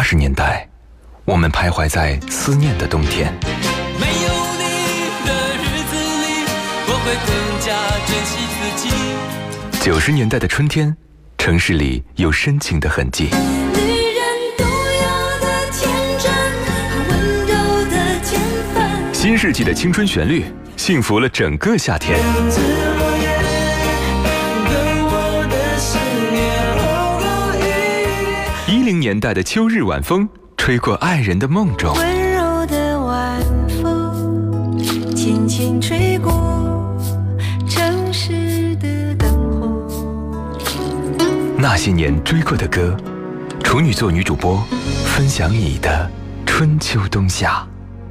80年代，我们徘徊在思念的冬天。 没有你的日子里，我会更加珍惜自己。 90年代的春天，城市里有深情的痕迹。 女人独有的天真和温柔的天分， 新世纪的青春旋律，幸福了整个夏天。10年代的秋日晚风，吹过爱人的梦中。 温柔的晚风，轻轻吹过城市的灯火。 那些年追过的歌，处女座女主播分享你的春秋冬夏。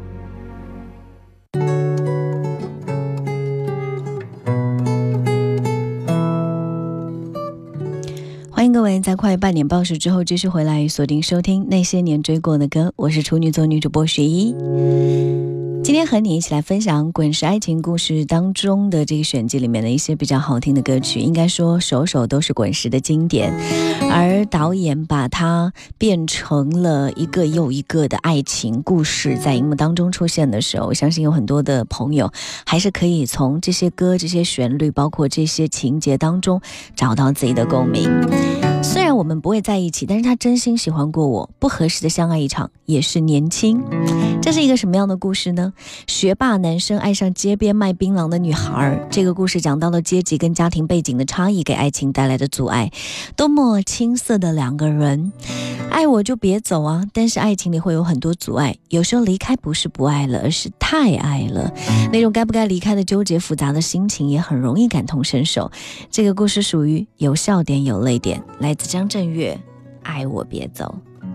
欢迎各位在快8点报时之后继续回来锁定收听那些年追过的歌，我是处女座女主播雪一。今天和你一起来分享滚石爱情故事当中的这个选集里面的一些比较好听的歌曲，应该说首首都是滚石的经典，而导演把它变成了一个又一个的爱情故事在荧幕当中出现的时候，我相信有很多的朋友还是可以从这些歌、这些旋律包括这些情节当中找到自己的共鸣。虽然我们不会在一起，但是他真心喜欢过我，不合适的相爱一场也是年轻。这是一个什么样的故事呢？学霸男生爱上街边卖槟榔的女孩，这个故事讲到了阶级跟家庭背景的差异给爱情带来的阻碍。多么青涩的两个人，爱我就别走啊，但是爱情里会有很多阻碍，有时候离开不是不爱了，而是太爱了，那种该不该离开的纠结复杂的心情也很容易感同身受。这个故事属于有笑点有泪点，来自张震岳，爱我别走。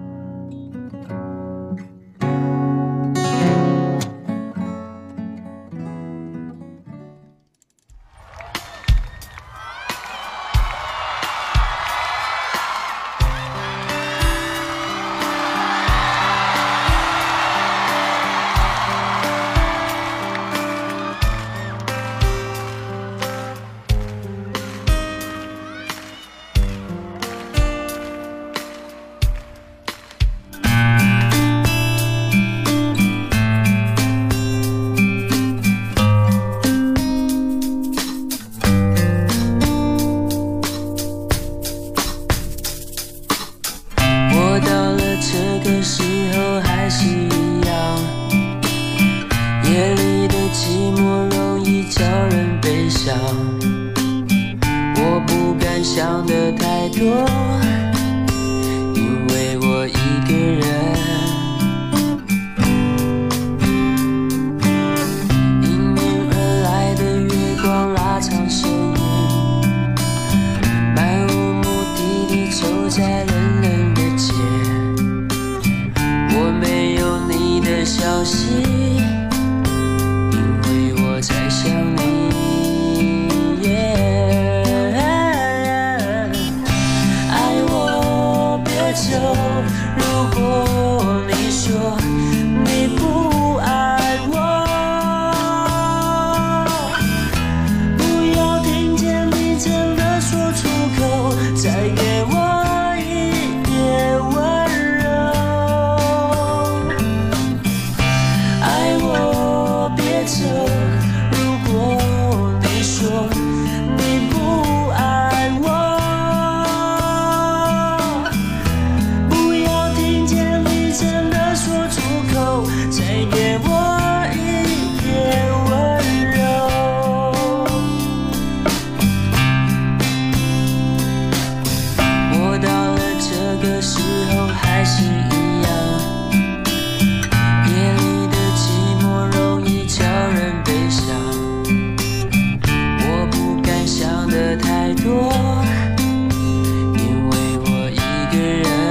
想的太多，因为我一个人。迎面而来的月光拉长身影，漫无目的地走在冷冷的街。我没有你的消息，因为我在想你。如果你说你不爱我，不要听见你真的说出口，再给我一点温柔。爱我别走，如果你说你不爱我，再给我一点温柔。我到了这个时候还是一样，夜里的寂寞容易叫人悲伤。我不敢想的太多，因为我一个人。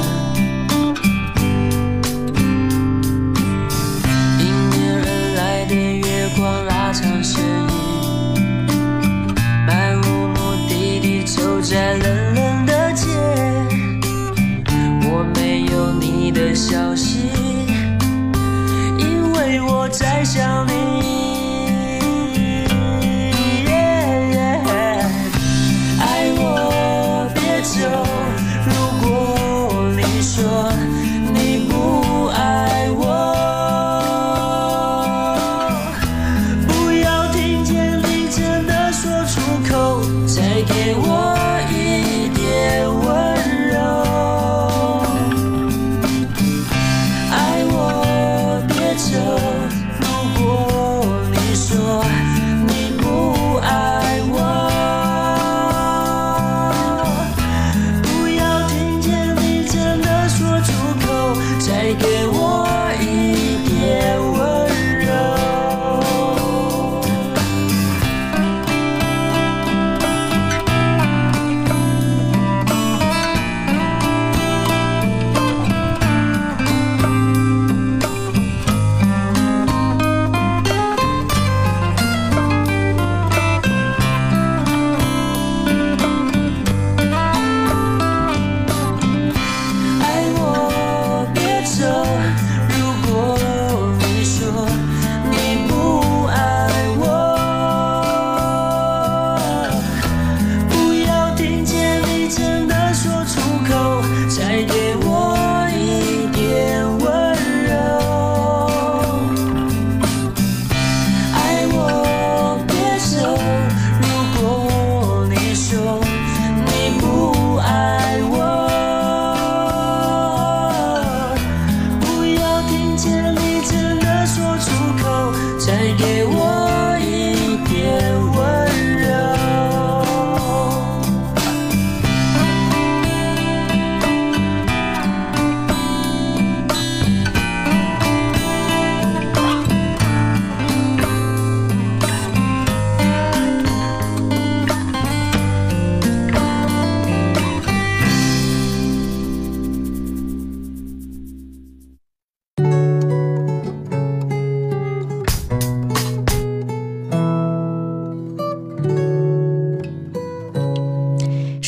长身影，漫无目的地走在冷冷的街。我没有你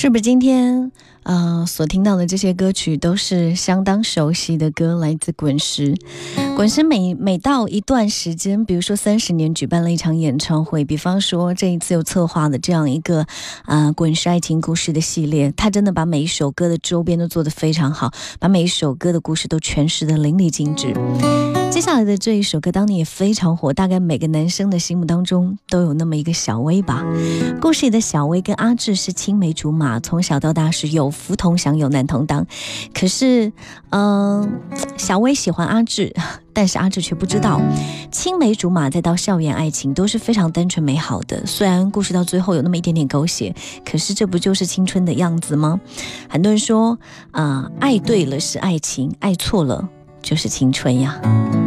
是不是今天所听到的这些歌曲都是相当熟悉的歌，来自滚石。滚石每到一段时间，比如说30年举办了一场演唱会，比方说这一次又策划的这样一个滚石爱情故事的系列，他真的把每一首歌的周边都做得非常好，把每一首歌的故事都诠释得淋漓尽致。接下来的这一首歌当年也非常火，大概每个男生的心目当中都有那么一个小薇吧。故事里的小薇跟阿志是青梅竹马，从小到大是有福同享有难同当。可是小薇喜欢阿志，但是阿志却不知道，青梅竹马再到校园爱情都是非常单纯美好的。虽然故事到最后有那么一点点狗血，可是这不就是青春的样子吗？很多人说爱对了是爱情，爱错了就是青春呀。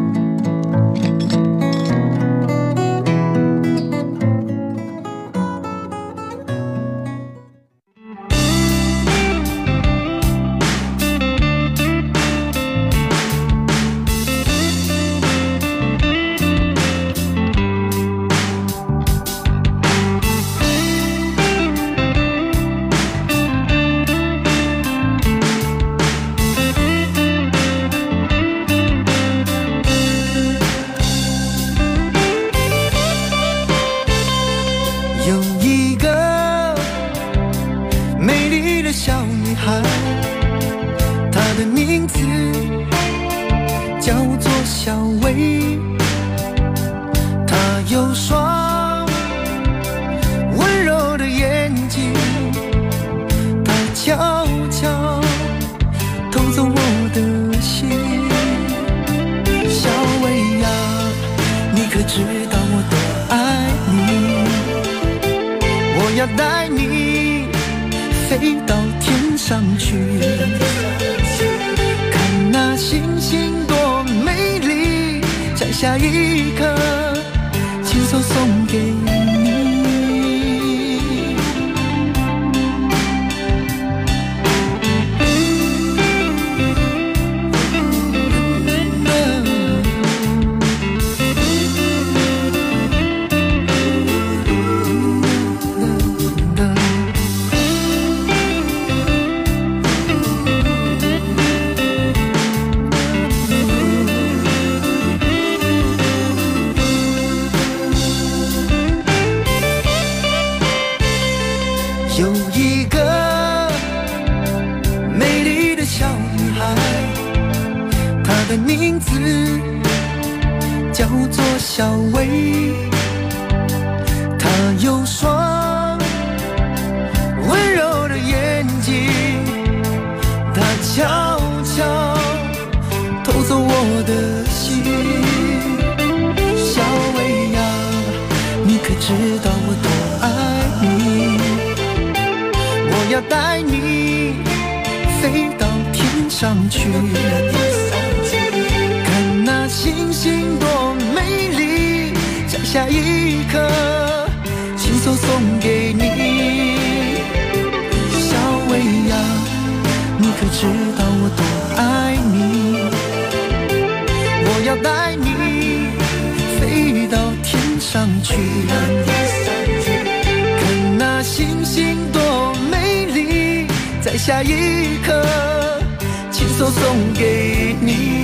下一刻，亲手送给你。有一个美丽的小女孩，她的名字叫做小薇。她有双温柔的眼睛，她悄悄偷走我的心。小薇呀，你可知道我多爱你？我要带你飞到天上去，看那星星多美丽，在下一刻亲手送给你。小薇呀，你可知道我多爱你？我要带你飞到天上去，看那星星多美丽，在下一刻亲手送给你。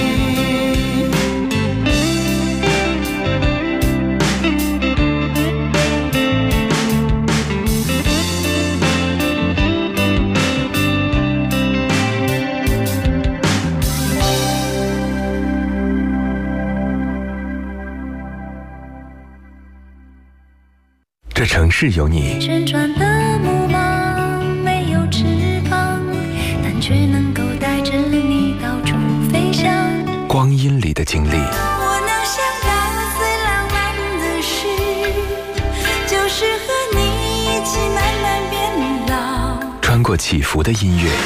这城市有你， 旋转的木马没有翅膀，但却能够带着你到处飞翔。 光阴里的经历， 我能想到最浪漫的事，就是和你一起慢慢变老。 穿过起伏的音乐，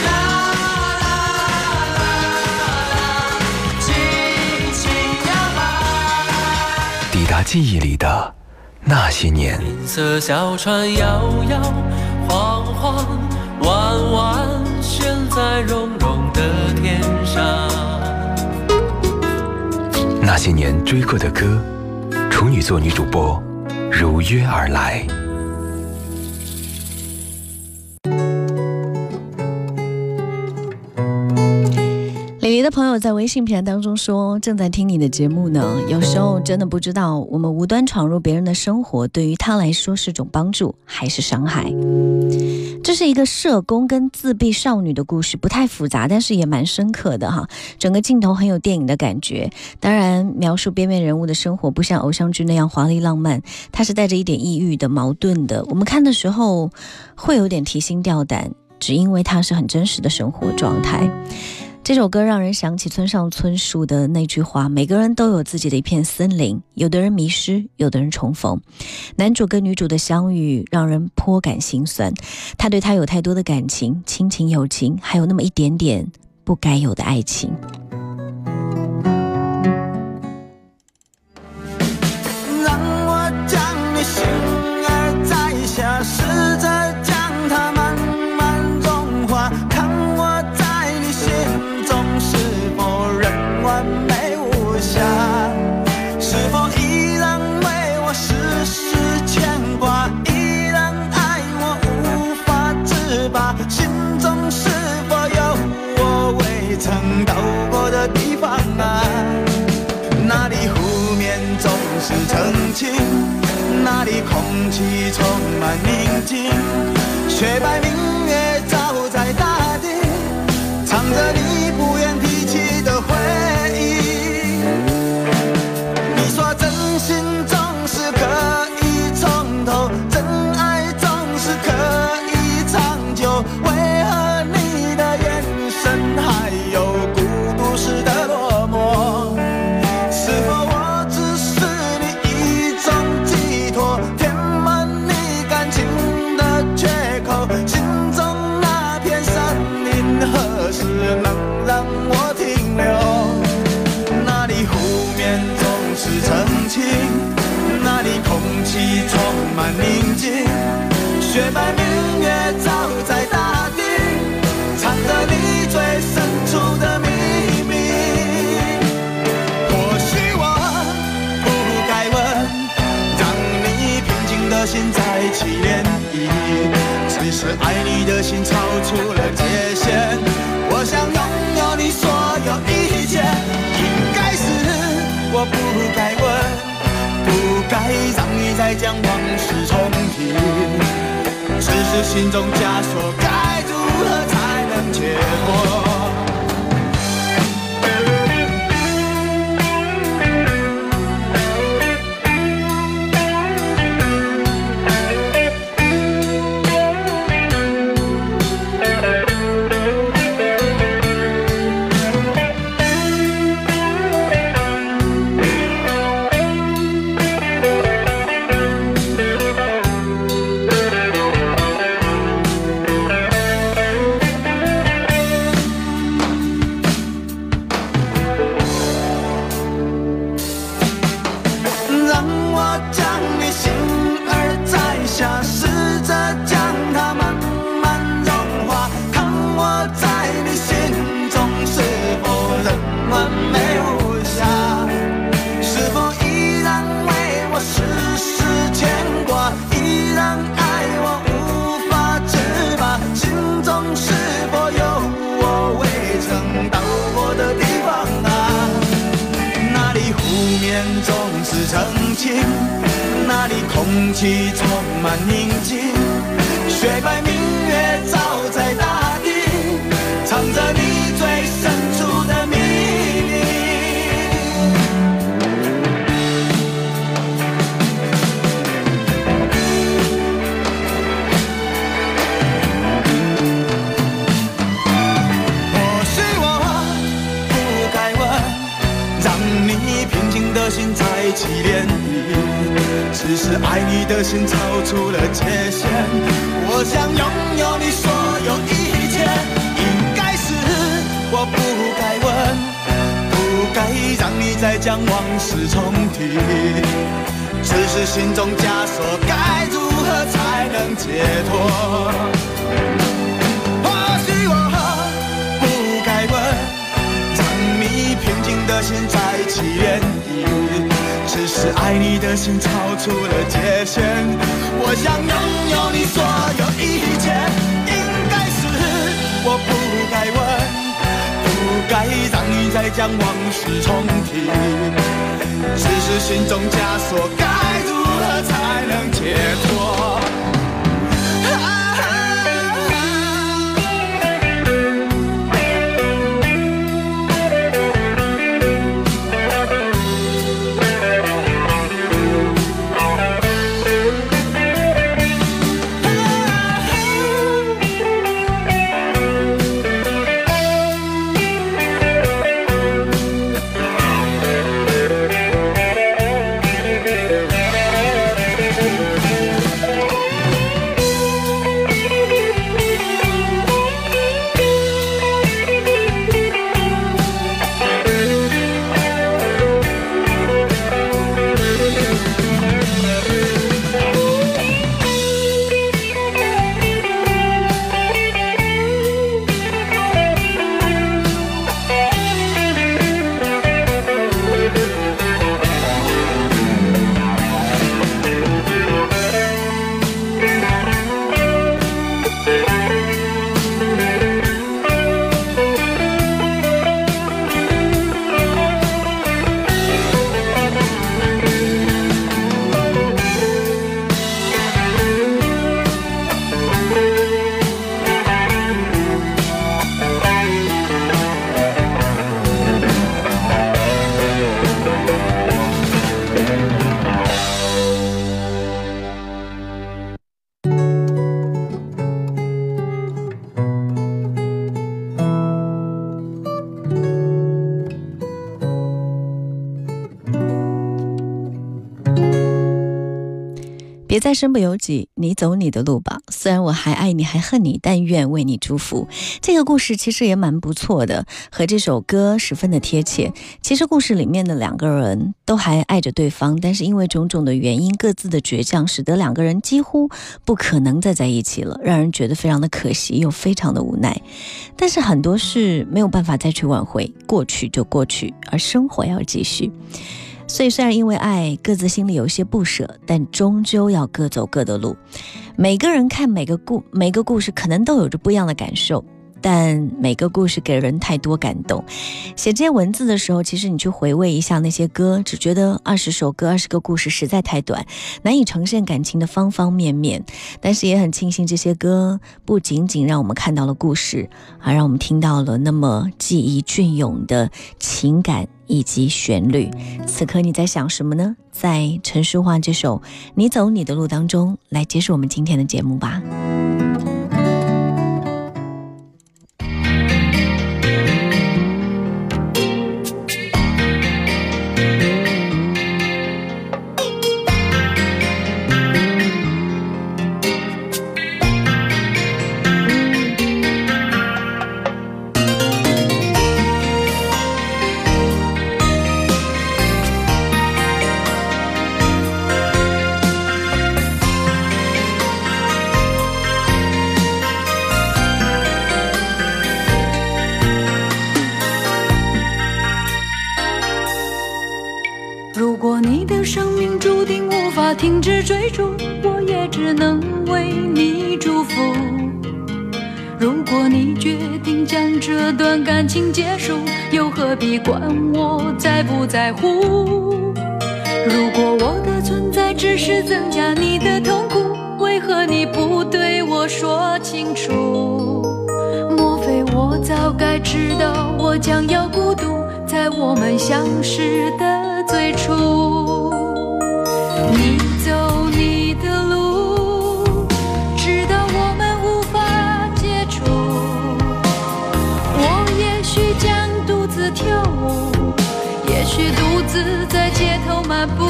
抵达记忆里的那些年。 银色小船摇摇晃晃，弯弯悬在绒绒的天上。 那些年追过的歌，处女座女主播如约而来。 李黎的朋友在微信平台当中说，正在听你的节目呢，有时候真的不知道我们无端闯入别人的生活，对于他来说是种帮助还是伤害。这是一个社工跟自闭少女的故事，不太复杂，但是也蛮深刻的哈。整个镜头很有电影的感觉，当然描述边缘人物的生活不像偶像剧那样华丽浪漫，它是带着一点抑郁的、矛盾的。我们看的时候会有点提心吊胆，只因为它是很真实的生活状态。这首歌让人想起村上春树的那句话，每个人都有自己的一片森林，有的人迷失，有的人重逢。男主跟女主的相遇让人颇感心酸，他对她有太多的感情，亲情、友情，还有那么一点点不该有的爱情。 让我将你心儿摘下，试着将它慢慢融化，看我在你心中是否仍完美无瑕，是否依然为我时时牵挂，依然爱我无法自拔，心中是否有我未曾到过的地方啊？那里湖面总是澄清，那里空气充满宁静，雪白明月照在大地，唱着你不愿提起的回忆。你说真心总是可以从头，真爱总是可以长久，为何你的眼神还有孤独时的落寞？是否我只是你一种寄托，填满你感情的缺口，心中那片森林何时能让我停留？那里湖面总是澄清，那里空气充满宁静，雪白明月照在大地，藏着你最深处的秘密。或许我不该问，让你平静的心再起涟漪，只是爱你的心超出了界限。我想拥有你所有一切，应该是我不该问，不该让你再将往事重提，只是心中枷锁该如何才能解脱？那里空气充满宁静，雪白明月照在大地，藏着你最深处的秘密。或许我不该问，让你平静的心再起涟漪，只是爱你的心超出了界限。我想拥有你所有一切，应该是我不该问，不该让你再将往事重提，只是心中枷锁该如何才能解脱？或许我不该问，让你平静的心再起涟漪，只是爱你的心超出了界限。我想拥有你所有一切，应该是我不该问，不该让你再将往事重提。只是心中枷锁，该如何才能解脱？ 别再身不由己，你走你的路吧。虽然我还爱你还恨你，但愿为你祝福。这个故事其实也蛮不错的，和这首歌十分的贴切。其实故事里面的两个人都还爱着对方，但是因为种种的原因，各自的倔强使得两个人几乎不可能再在一起了，让人觉得非常的可惜又非常的无奈。但是很多事没有办法再去挽回，过去就过去，而生活要继续。所以虽然因为爱各自心里有些不舍，但终究要各走各的路。每个人看每个故事可能都有着不一样的感受，但每个故事给人太多感动。写这些文字的时候，其实你去回味一下那些歌，只觉得20首歌20个故事实在太短，难以呈现感情的方方面面。但是也很庆幸这些歌不仅仅让我们看到了故事，而让我们听到了那么记忆隽永的情感以及旋律。此刻你在想什么呢？在陈淑桦这首《你走你的路》当中来结束我们今天的节目吧。 如果你的生命注定无法停止追逐，我也只能为你祝福。如果你决定将这段感情结束，又何必管我在不在乎？如果我的存在只是增加你的痛苦，为何你不对我说清楚？莫非我早该知道我将要孤独，在我们相识的最初。你走你的路，直到我们无法接触。我也许将独自跳舞，也许独自在街头漫步。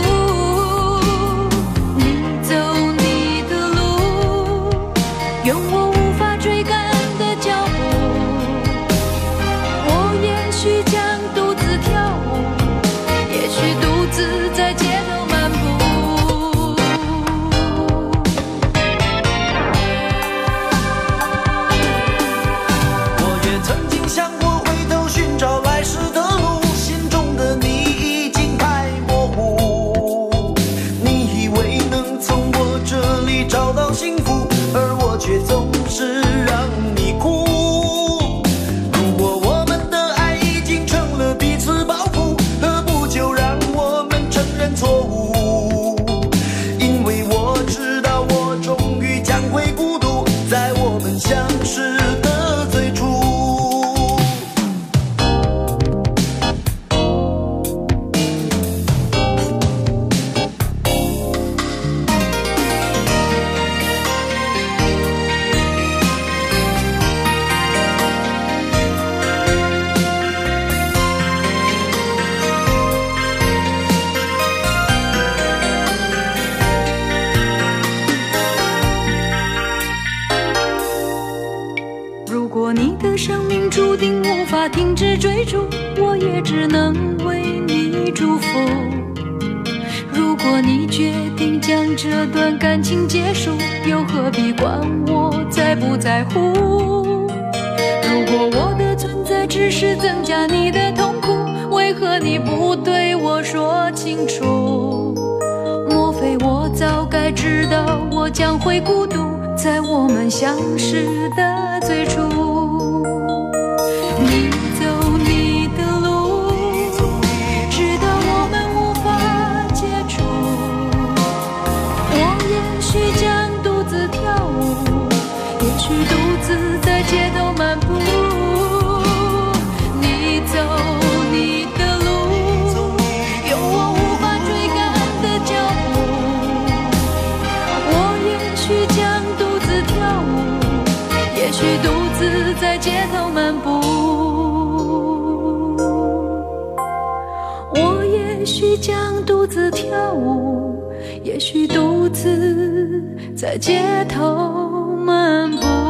你走你的路，用我无法追赶的脚步。我也许将独自跳舞，也许独自在街头漫步。 我也曾经想过回头寻找来时的路，心中的你已经太模糊。 也只能为你祝福。如果你决定将这段感情结束，又何必管我在不在乎？如果我的存在只是增加你的痛苦，为何你不对我说清楚？莫非我早该知道我将会孤独，在我们相识的最初。你走你的路，直到我们无法接触。我也许将独自跳舞，也许独自在街头漫步。你走你的路，有我无法追赶的脚步。我也许将独自跳舞，也许独自在街头漫步。我也许将独自跳舞，也许独自在街头漫步。